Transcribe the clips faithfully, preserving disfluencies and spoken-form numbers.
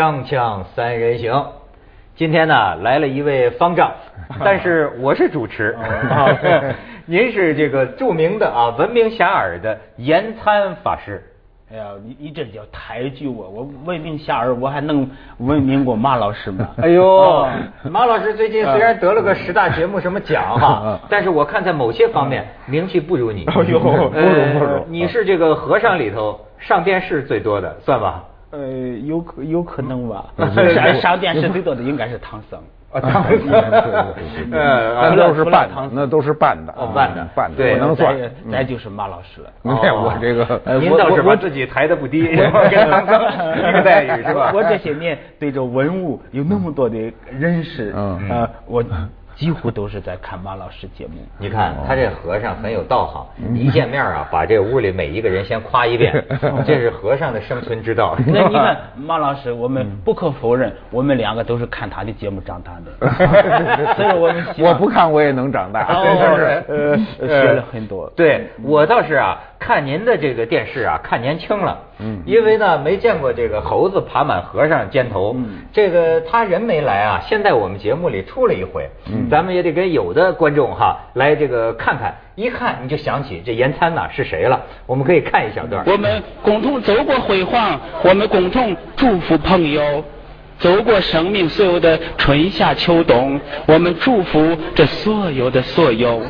锵锵三人行，今天呢来了一位方丈，但是我是主持。啊、您是这个著名的啊闻名遐迩的延参法师。 哎呀，你你这叫抬举我，我闻名遐迩，我还能闻名过马老师吗？ 哎呦，哦、马老师最近虽然得了个十大节目什么奖哈，但是我看在某些方面名气不如你。 哎呦，不如不如， 你是这个和尚里头上电视最多的，算吧？ 呃，有可有可能吧。上上电视最多的应该是唐僧。 啊，唐僧， 呃，那都是扮的，那都是扮的， 扮的， 扮的， 对， 能算。 再就是马老师了。 你看我这个， 您倒是把自己抬得不低，跟唐僧一个待遇是吧？ 我这些年对这文物有那么多的认识，嗯呃，我。几乎都是在看马老师节目。 你看他这和尚很有道行，一见面啊，把这屋里每一个人先夸一遍，这是和尚的生存之道。 那你看马老师，我们不可否认，我们两个都是看他的节目长大的，所以我们我不看我也能长大，真是呃学了很多。 对我倒是啊，看您的这个电视啊，看年轻了。嗯，因为呢没见过这个猴子爬满和尚肩头，嗯、这个他人没来啊，现在我们节目里出了一回，嗯、咱们也得跟有的观众哈来这个看看，一看你就想起这延参呐是谁了。我们可以看一小段。 我们共同走过辉煌，我们共同祝福朋友，走过生命所有的春夏秋冬，我们祝福这所有的所有。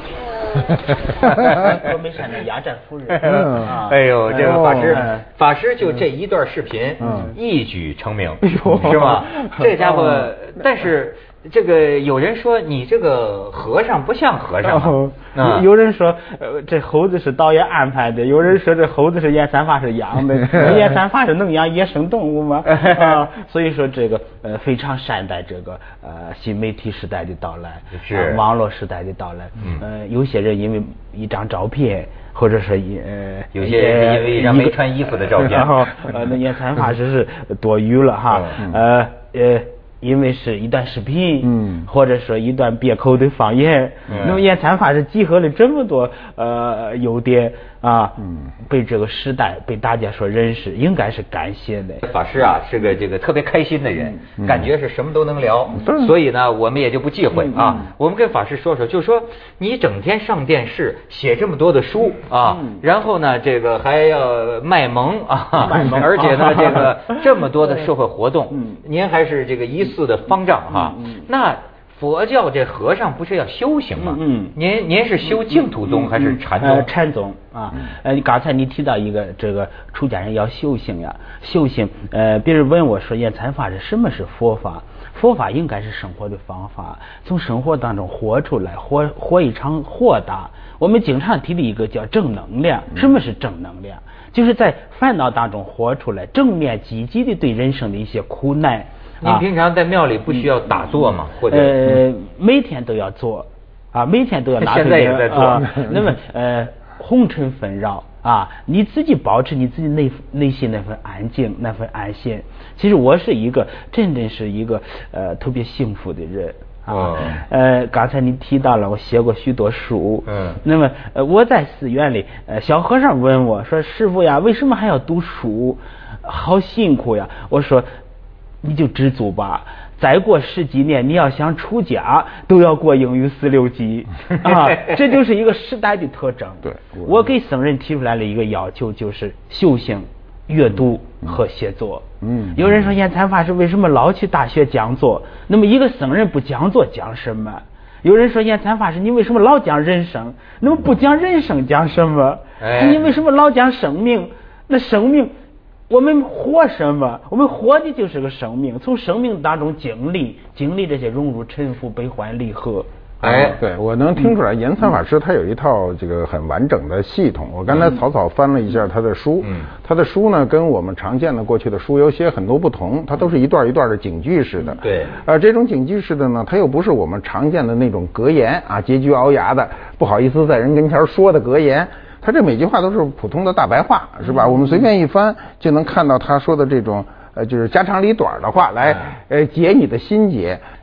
我没看那压寨夫人。 哎呦，这个法师，哦、法师就这一段视频，嗯、一举成名，是吧？这家伙，但是这个有人说你这个和尚不像和尚、 哦嗯、有人说呃这猴子是导演安排的，有人说这猴子是延参法师养的，延参法师能养野生动物吗？啊，所以说这个呃非常善待这个呃新媒体时代的到来， 是、 呃、网络时代的到来。嗯、呃，有些人因为一张照片，或者是呃有些人因为一张没穿衣服的照片， 然后呃那延参法师是多余了哈，嗯、呃呃。因为是一段视频，嗯，或者说一段别口的方言，嗯、那么延参法是集合了这么多呃优点啊，嗯，被这个时代被大家所认识，应该是感谢的。 法师啊是个这个特别开心的人，嗯、感觉是什么都能聊，嗯、所以呢我们也就不忌讳、嗯、啊。我们跟法师说说，就说你整天上电视，写这么多的书啊，嗯、然后呢这个还要卖萌啊，卖萌而且呢这个这么多的社会活动，嗯、您还是这个一似的方丈哈、嗯嗯，那佛教这和尚不是要修行吗？嗯，您您是修净土宗、嗯、还是禅宗？ 呃，禅宗啊。呃，刚才你提到一个这个出家人要修行呀，修行。呃，别人问我说延参法是什么是佛法？佛法应该是生活的方法，从生活当中活出来，活活一场豁达。我们经常提的一个叫正能量。什么是正能量？就是在烦恼当中活出来，正面积极的对人生的一些苦难。 您平常在庙里不需要打坐吗？或者呃，每天都要做啊，每天都要拿。 现在也在做。 啊、那么呃，红尘纷扰啊，你自己保持你自己内内心那份安静，那份安心。其实我是一个真正是一个呃特别幸福的人。啊，哦、呃，刚才你提到了，我写过许多书。嗯。那么，呃，我在寺院里，呃，小和尚问我说：“师父呀，为什么还要读书？好辛苦呀！”我说。你就知足吧，再过十几年你要想出家都要过英语四六级啊，这就是一个时代的特征。对，我给僧人提出来了一个要求，就是修行、阅读和写作。嗯，有人说延参法师为什么老去大学讲座？那么一个僧人不讲座讲什么？有人说延参法师你为什么老讲人生？那么不讲人生讲什么？哎，你为什么老讲生命？那生命我们活什么？我们活的就是个生命，从生命当中经历经历这些荣辱沉浮悲欢离合。 哎，对，我能听出来，延参法师他有一套这个很完整的系统。我刚才草草翻了一下他的书，嗯，他的书呢跟我们常见的过去的书有些很多不同，它都是一段一段的警句式的。 对， 而这种警句式的呢，它又不是我们常见的那种格言啊，拮据熬牙的，不好意思在人跟前说的格言。他这每句话都是普通的大白话，是吧？我们随便一翻就能看到他说的这种呃，就是家长里短的话来呃解你的心结。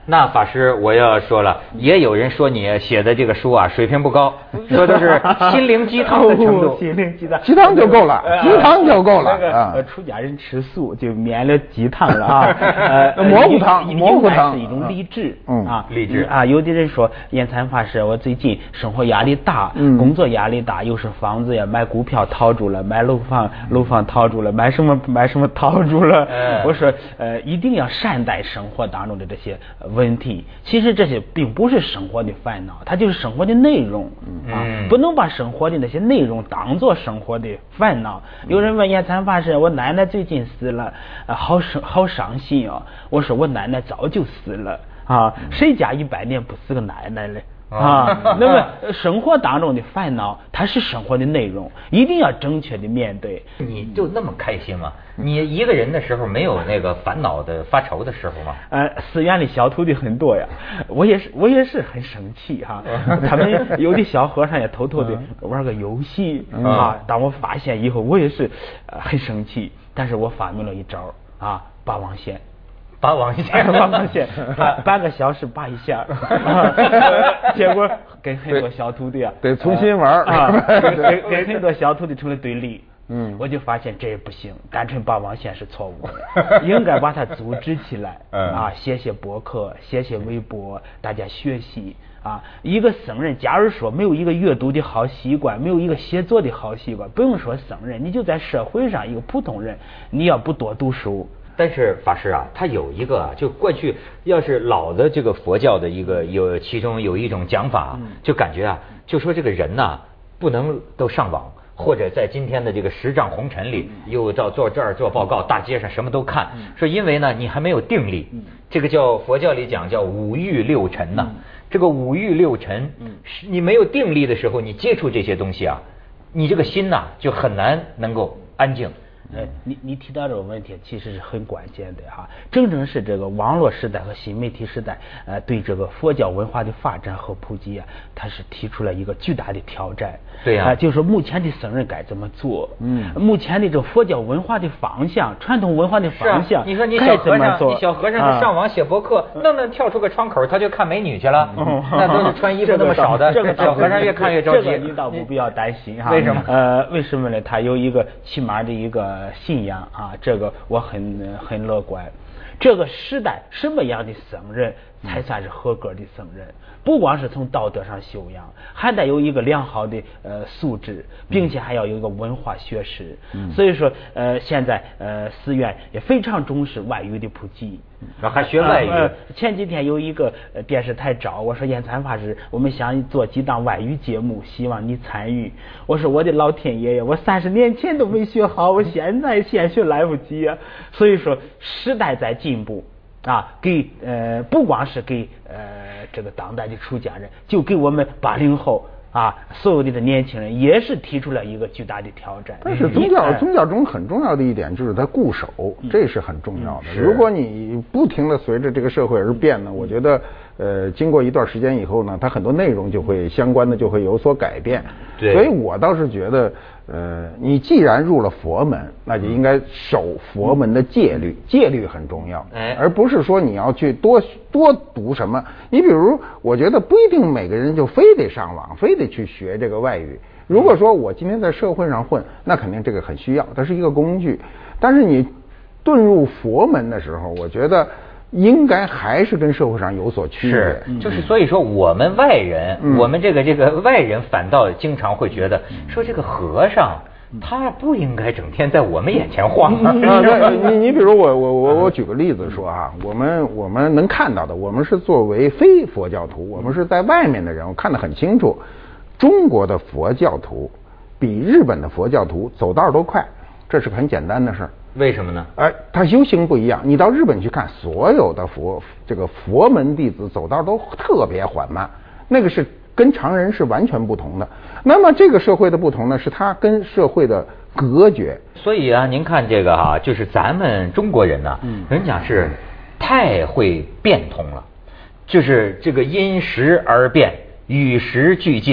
那法师我要说了，也有人说你写的这个书啊水平不高，说的是心灵鸡汤的程度。 心灵鸡汤， 鸡汤就够了，鸡汤就够了啊！呃，出家人吃素就免了鸡汤了啊。呃， 蘑菇汤，蘑菇汤是一种励志， 嗯啊， 励志啊。有的人说，延参法师，我最近生活压力大， 嗯， 工作压力大，又是房子呀，买股票套住了，买楼房楼房套住了，买什么买什么套住了。 嗯、 我说，呃，一定要善待生活当中的这些问题。其实这些并不是生活的烦恼，它就是生活的内容啊， 嗯、 不能把生活的那些内容当做生活的烦恼。有人问延参法师，我奶奶最近死了，啊、好伤好伤心哦。我说我奶奶早就死了啊，谁家一百年不死个奶奶嘞？啊，那么生活当中的烦恼，它是生活的内容，一定要正确的面对。 你就那么开心吗？你一个人的时候没有那个烦恼的发愁的时候吗？ 呃，寺院里小徒弟很多呀，我也是，我也是很生气哈。他们有的小和尚也偷偷的玩个游戏啊。当我发现以后，我也是、呃、很生气，但是我发明了一招啊，拔网线。 拔网线， 拔网线，半个小时拔一下，啊、结果跟很多小徒弟啊， 得重新玩啊，跟跟很多小徒弟成了对立。 嗯， 我就发现这也不行，单纯拔网线是错误的，应该把它组织起来，啊，写写博客，写写微博，大家学习啊。一个僧人，假如说没有一个阅读的好习惯，没有一个写作的好习惯，不用说僧人，你就在社会上一个普通人，你要不多读书。 但是法师啊，他有一个啊，就过去要是老的这个佛教的一个有其中有一种讲法，就感觉啊，就说这个人呐、啊，不能都上网，或者在今天的这个十丈红尘里又到坐这儿做报告，大街上什么都看，说因为呢你还没有定力，这个叫佛教里讲叫五欲六尘呐、啊，这个五欲六尘，你没有定力的时候，你接触这些东西啊，你这个心呐、啊、就很难能够安静。 呃，你你提到这个问题，其实是很关键的哈。正正是这个网络时代和新媒体时代，呃，对这个佛教文化的发展和普及啊，它是提出了一个巨大的挑战。 对呀、 啊，呃，就是说目前的僧人该怎么做？嗯，目前的这佛教文化的方向，传统文化的方向， 啊、你说你小和尚，你小和尚他上网写博客，弄弄跳出个窗口，他就看美女去了，嗯、那都是穿衣服那么少的， 这个小和尚越看越着急。 这个你倒不必要担心哈。 为什么？ 呃，为什么呢？他有一个起码的一个信仰啊，这个我很很乐观。这个时代什么样的僧人才算是合格的僧人？不光是从道德上修养，还得有一个良好的呃素质，并且还要有一个文化学识。嗯、所以说呃现在呃寺院也非常重视外语的普及， 然后还学外语。 呃、前几天有一个呃电视台找我说，延参法师，我们想做几档外语节目，希望你参与。我说我的老天爷呀，我三十年前都没学好，我现在现学来不及啊。所以说时代在进步。啊，给呃不光是给呃这个当代的出家人，就给我们八零后啊所有的这年轻人也是提出了一个巨大的挑战。 但是宗教宗教中很重要的一点就是它固守，这是很重要的。 嗯、 如果你不停的随着这个社会而变呢，我觉得呃经过一段时间以后呢，它很多内容就会相关的就会有所改变。 对， 所以我倒是觉得。呃，你既然入了佛门，那就应该守佛门的戒律，戒律很重要， 哎， 而不是说你要去多多读什么。你比如，我觉得不一定每个人就非得上网，非得去学这个外语。如果说我今天在社会上混，那肯定这个很需要，它是一个工具。但是你遁入佛门的时候，我觉得。应该还是跟社会上有所区别， 是，就是所以说我们外人，嗯、我们这个这个外人反倒经常会觉得，说这个和尚他不应该整天在我们眼前晃。 啊，你你比如我我我我举个例子说啊，我们我们能看到的，我们是作为非佛教徒，我们是在外面的人，我看得很清楚，中国的佛教徒比日本的佛教徒走道都快，这是个很简单的事儿。 为什么呢？ 哎，他修行不一样。你到日本去看，所有的佛这个佛门弟子走道都特别缓慢，那个是跟常人是完全不同的。那么这个社会的不同呢，是他跟社会的隔绝。 所以啊，您看这个哈、啊，就是咱们中国人呢、啊，嗯、人家是太会变通了，就是这个因时而变，与时俱进。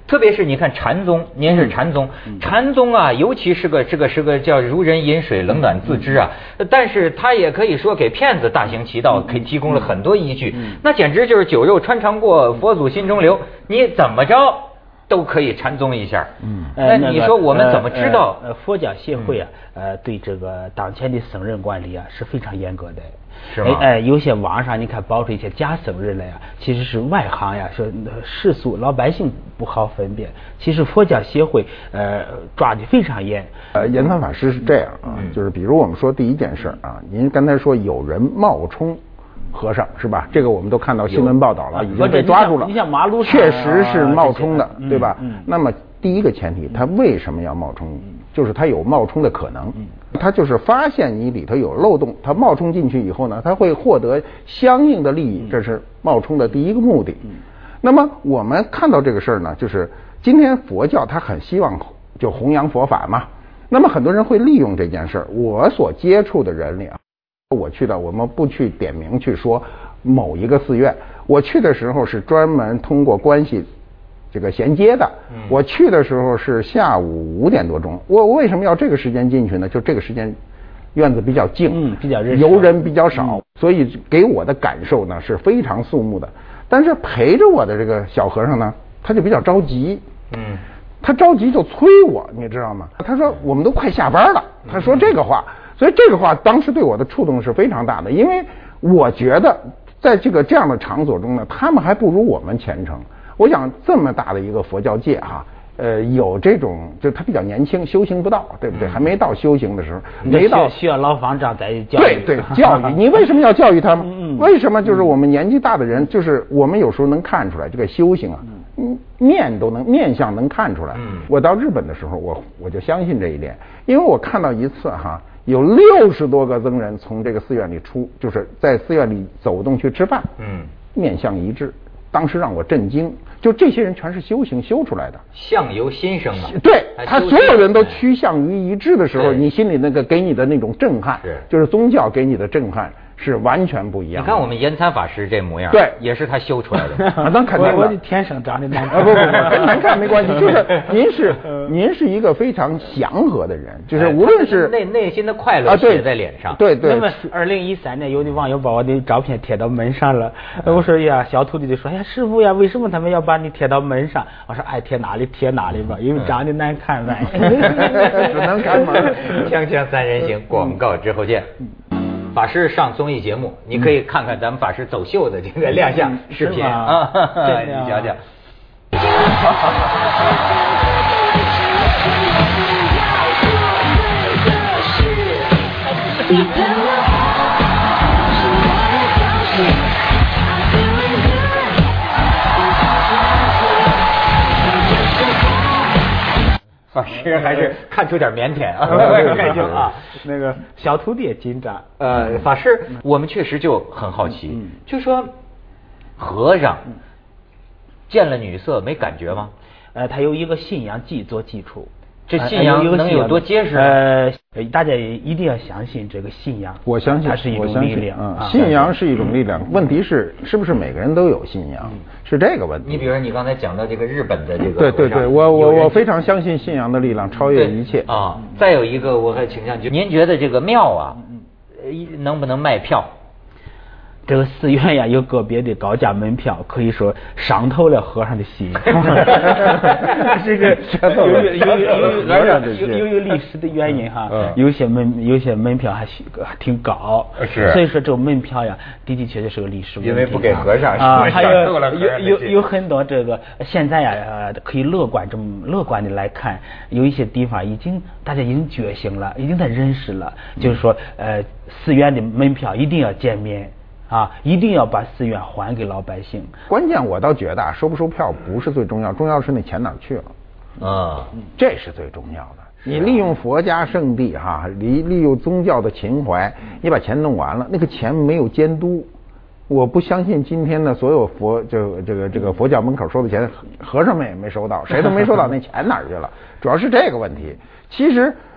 特别是你看禅宗，您是禅宗， 嗯、 禅宗啊，尤其是个这个是个叫如人饮水，冷暖自知啊。嗯、但是他也可以说给骗子大行其道，给提供了很多依据。嗯、那简直就是酒肉穿肠过，佛祖心中留。你怎么着都可以禅宗一下。嗯，那你说我们怎么知道？ 呃，呃佛教协会啊，呃，对这个当前的僧人管理啊是非常严格的。 是吗？ 哎，有些网上你看爆出一些假僧人来啊，其实是外行呀，说世俗老百姓不好分辨。其实佛教协会呃抓的非常严。 呃，延参法师是这样啊，嗯、就是比如我们说第一件事啊，您刚才说有人冒充和尚是吧？这个我们都看到新闻报道了，已经被抓住了。 你像马路上确实是冒充的，对吧？ 嗯嗯、 那么第一个前提，他为什么要冒充？就是他有冒充的可能。嗯他就是发现你里头有漏洞，他冒充进去以后呢，他会获得相应的利益，这是冒充的第一个目的。那么我们看到这个事儿呢，就是今天佛教他很希望就弘扬佛法嘛，那么很多人会利用这件事儿。我所接触的人里啊，我去的，我们不去点名去说某一个寺院，我去的时候是专门通过关系这个衔接的。我去的时候是下午五点多钟，我为什么要这个时间进去呢？就这个时间院子比较静， 嗯，比较热， 游人比较少， 嗯、 所以给我的感受呢是非常肃穆的。但是陪着我的这个小和尚呢，他就比较着急，嗯，他着急就催我，你知道吗？他说我们都快下班了，他说这个话，所以这个话当时对我的触动是非常大的，因为我觉得在这个这样的场所中呢，他们还不如我们虔诚。我想这么大的一个佛教界哈，呃，有这种就他比较年轻，修行不到，对不对？还没到修行的时候，没到需要老方丈在教育。 对对，教育你为什么要教育他们？为什么就是我们年纪大的人，就是我们有时候能看出来这个修行啊，嗯，面都能面相能看出来。我到日本的时候，我我就相信这一点，因为我看到一次哈，有六十多个僧人从这个寺院里出，就是在寺院里走动去吃饭，嗯，面相一致。当时让我震惊，就这些人全是修行修出来的， 相由心生嘛。 对，他所有人都趋向于一致的时候，你心里那个给你的那种震撼，是就是宗教给你的震撼是完全不一样的。 你看我们延参法师这模样， 对， 也是他修出来的。 啊，那肯定的， 我天生长得难看。 啊，不不不，跟难看没关系，就是您是您是一个非常祥和的人，就是无论是内内心的快乐写在脸上。 对对。 那么二零一三年，有的网友把我的照片贴到门上了，我说呀，小徒弟就说呀，师傅呀，为什么他们要把你贴到门上？我说爱贴哪里贴哪里吧，因为长得难看呗。 只能看嘛。 锵锵三人行，广告之后见。法师上综艺节目，你可以看看咱们法师走秀的这个亮相视频啊，你讲讲。法师还是看出点腼腆啊，害羞啊。 那个小徒弟也紧张。 呃，法师，我们确实就很好奇，就说和尚见了女色没感觉吗？ 呃，他有一个信仰基做基础。 这信仰能有多结实？ 呃，大家一定要相信这个信仰。 我相信， 它是一种力量。 嗯，信仰是一种力量。问题是，是不是每个人都有信仰？是这个问题。 你比如说，你刚才讲到这个日本的这个， 对对对，我我我非常相信信仰的力量超越一切啊。再有一个，我还倾向于，您觉得这个庙啊，能不能卖票？ 这个寺院呀，有个别的高价门票，可以说伤透了和尚的心。这个有有有有有有历史的原因哈，有些门有些门票还还挺高， 是， 所以说这个门票呀，的的确确是个历史问题。 因为不给和尚啊，还有有有有很多这个现在呀，呃，可以乐观这么乐观的来看，有一些地方已经大家已经觉醒了，已经在认识了，就是说呃，寺院的门票一定要减免。啊，一定要把寺院还给老百姓。 关键我倒觉得啊，收不收票不是最重要，重要的是那钱哪儿去了啊，这是最重要的。你利用佛家圣地哈，利利用宗教的情怀，你把钱弄完了，那个钱没有监督。我不相信今天的所有佛就这个这个佛教门口收的钱，和尚们也没收到，谁都没收到，那钱哪儿去了？主要是这个问题。其实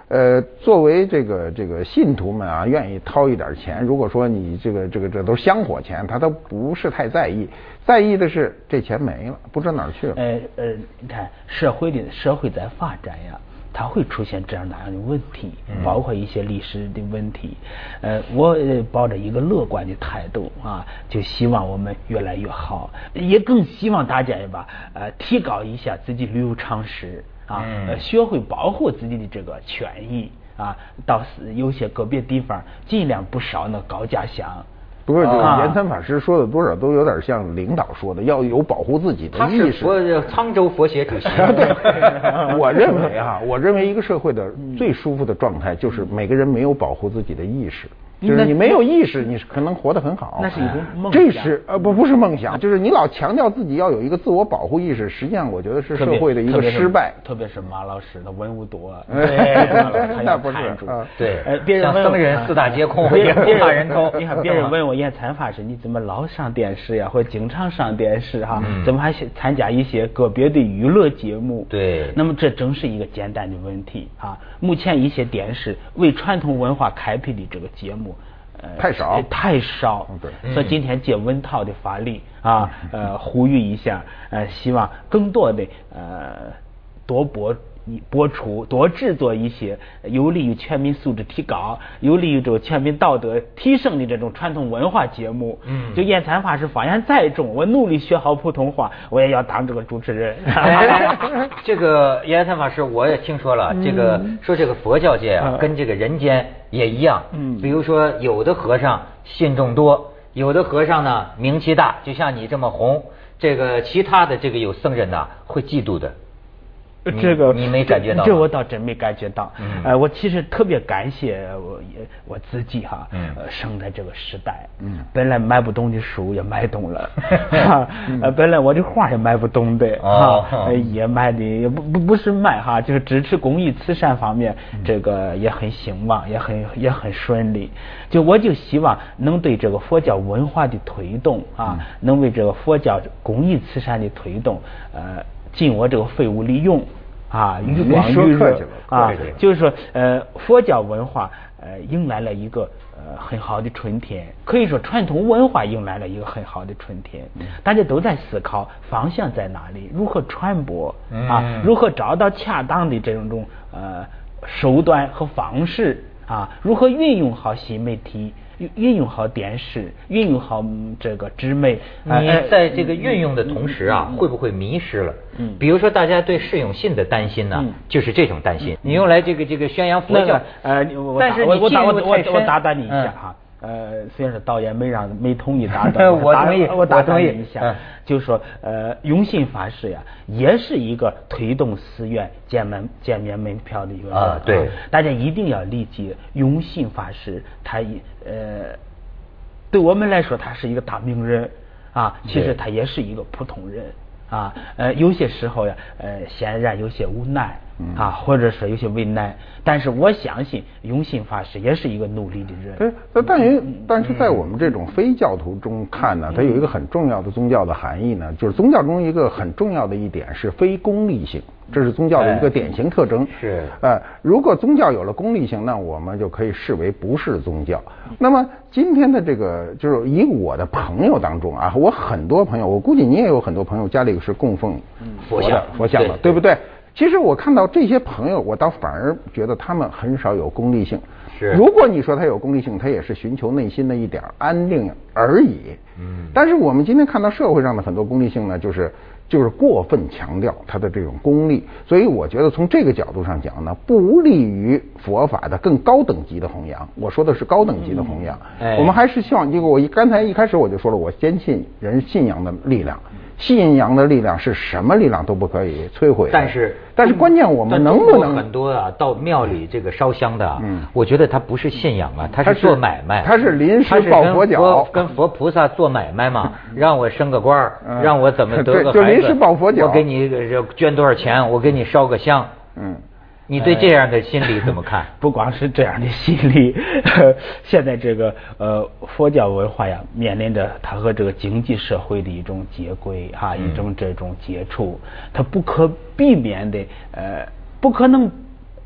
呃，作为这个这个信徒们啊，愿意掏一点钱，如果说你这个这个这都是香火钱，他都不是太在意，在意的是这钱没了，不知道哪儿去了。 呃呃，你看社会的社会在发展呀。它会出现这样那样的问题，包括一些历史的问题。呃，我抱着一个乐观的态度啊，就希望我们越来越好，也更希望大家吧，呃，提高一下自己旅游常识啊，呃，学会保护自己的这个权益啊，到有些个别地方尽量不烧那高价香。 不过，这个圆参法师说的多少都有点像领导说的，要有保护自己的意识。 他是沧州佛协主席。 对，我认为啊，我认为一个社会的最舒服的状态就是每个人没有保护自己的意识。就是你没有意识，你可能活得很好。 那是一种梦想。 这是呃不不是梦想，就是你老强调自己要有一个自我保护意识，实际上我觉得是社会的一个失败。 特别是马老师的文物多， 对，那不是啊， 对， 呃，别人像僧人四大皆空， 别人怕人偷。 你看别人问我验参法师，你怎么老上电视呀，或者经常上电视哈？怎么还参加一些个别的娱乐节目？ 对， 那么这正是一个简单的问题啊。目前一些电视为传统文化开辟的这个节目。 呃，太少， 太少。 对， 所以今天借文涛的法力啊，呃，呼吁一下，呃，希望更多的呃多播播出，多制作一些有利于全民素质提高、有利于这个全民道德提升的这种传统文化节目。嗯，就验参法师发言再重，我努力学好普通话，我也要当这个主持人。 这个验参法师，我也听说了，这个说这个佛教界啊，跟这个人间也一样。嗯，比如说有的和尚信众多，有的和尚呢名气大，就像你这么红，这个其他的这个有僧人呢会嫉妒的。 这个你没感觉到？ 这我倒真没感觉到。嗯，呃，我其实特别感谢我我自己哈，嗯，呃，生在这个时代，嗯，本来买不懂的书也买懂了，哈，呃，本来我的画也买不懂的，哈，也买的也不不不是卖哈，就是支持公益慈善方面，这个也很兴旺，也很也很顺利。就我就希望能对这个佛教文化的推动啊，能为这个佛教公益慈善的推动，呃。尽我这个废物利用啊，于广于热啊，就是说呃，佛教文化呃迎来了一个呃很好的春天，可以说传统文化迎来了一个很好的春天。大家都在思考方向在哪里，如何传播啊，如何找到恰当的这种呃手段和方式啊，如何运用好新媒体。运用好电视，运用好这个纸媒。 你在这个运用的同时啊，嗯、会不会迷失了？嗯，比如说大家对释永信的担心呢，嗯、就是这种担心。嗯、你用来这个这个宣扬佛教， 呃，但是你进入太深，我我打断你一下哈。嗯、呃，虽然是导演没让没同意打断， 我同意， 我打断你一下，嗯、就是说呃，永信法师呀，也是一个推动寺院见门见面门票的一个人啊，对，啊、 大家一定要理解，永信法师他呃，对我们来说他是一个大名人啊，其实他也是一个普通人啊，呃，有些时候呀，呃，显然有些无奈。啊，或者是有些为难，但是我相信永信法师也是一个努力的人。 对，那但于但是在我们这种非教徒中看呢，它有一个很重要的宗教的含义呢，就是宗教中一个很重要的一点是非功利性，这是宗教的一个典型特征。 是， 呃，如果宗教有了功利性，那我们就可以视为不是宗教。那么今天的这个就是以我的朋友当中啊，我很多朋友，我估计你也有很多朋友家里是供奉佛的佛像的，对不对？其实我看到这些朋友，我倒反而觉得他们很少有功利性。 是， 如果你说他有功利性，他也是寻求内心的一点安定而已。嗯，但是我们今天看到社会上的很多功利性呢，就是就是过分强调他的这种功利，所以我觉得从这个角度上讲呢，不利于佛法的更高等级的弘扬。我说的是高等级的弘扬。嗯哎、我们还是希望，结果我一刚才一开始我就说了，我坚信人信仰的力量。信仰的力量是什么力量都不可以摧毁的， 但是但是关键我们能不能很多啊到庙里这个烧香的，嗯，我觉得他不是信仰啊，他是做买卖， 他是临时抱佛脚， 跟佛菩萨做买卖嘛，让我升个官儿，嗯、让我怎么得个孩子， 就临时抱佛脚， 我给你捐多少钱，我给你烧个香，嗯。你对这样的心理怎么看？呃、 不光是这样的心理，现在这个呃佛教文化呀，面临着它和这个经济社会的一种接轨哈、啊，一种这种接触，它不可避免的呃，不可能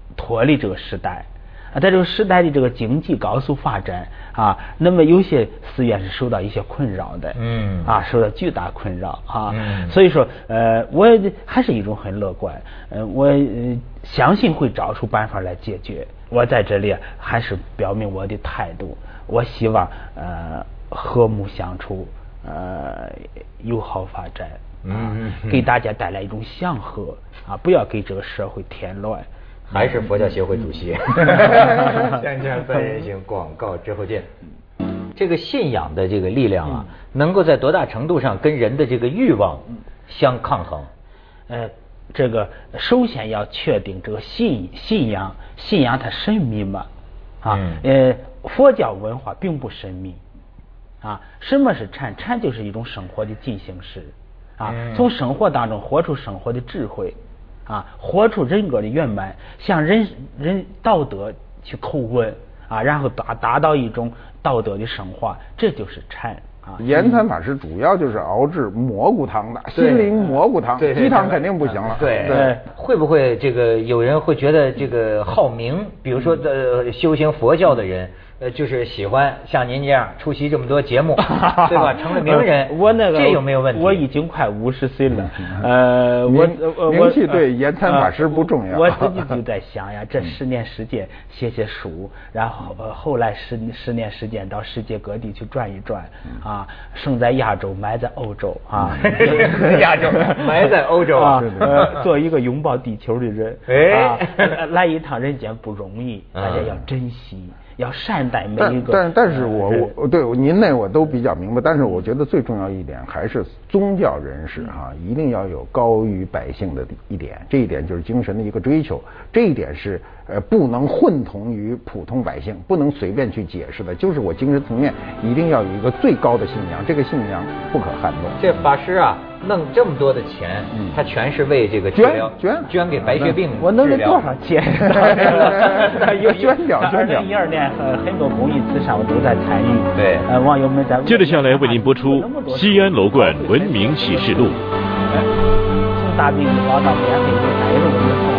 脱离这个时代啊，在这个时代的这个经济高速发展啊，那么有些寺院是受到一些困扰的，嗯，啊，受到巨大困扰啊，嗯、所以说，呃，我还是一种很乐观，呃，我、呃、相信会找出办法来解决。我在这里还是表明我的态度，我希望呃和睦相处，呃友好发展，啊、嗯，给大家带来一种祥和啊，不要给这个社会添乱。 还是佛教协会主席。锵锵三人行，广告之后见。这个信仰的这个力量啊，能够在多大程度上跟人的这个欲望相抗衡？ 呃，这个首先要确定这个信信仰，信仰它神秘嘛？啊，嗯、呃，佛教文化并不神秘。啊，什么是禅？禅就是一种生活的进行式。啊，嗯、从生活当中活出生活的智慧。啊，活出人格的圆满，向人人道德去叩问啊，然后达达到一种道德的升华，这就是禅啊。 延参法师主要就是熬制蘑菇汤的，心灵蘑菇汤，鸡汤肯定不行了。 对对，会不会这个有人会觉得这个好名，比如说呃修行佛教的人？呃，就是喜欢像您这样出席这么多节目，对吧？成了名人， 我那个这有没有问题？ 我已经快五十岁了，呃，我我名气对延参法师不重要。 我自己就在想呀，这十年时间写写书，然后呃后来十十年时间到世界各地去转一转，啊，生在亚洲，埋在欧洲啊， 亚洲埋在欧洲啊，呃，做一个拥抱地球的人，哎，来一趟人间不容易，大家要珍惜。要善待每一个， 但但是我我对您那我都比较明白，但是我觉得最重要一点还是宗教人士哈、啊，一定要有高于百姓的一点，这一点就是精神的一个追求，这一点是呃不能混同于普通百姓，不能随便去解释的，就是我精神层面一定要有一个最高的信仰，这个信仰不可撼动。 这法师啊，弄这么多的钱，嗯、他全是为这个治疗捐捐捐给白血病。 我弄了多少钱？ 有捐掉捐掉。 二零一二年呃很多公益慈善我都在参与。 对， 呃网友们在。 接着下来为您播出《西安楼冠文明启示录》。 从大病一包到免费给大家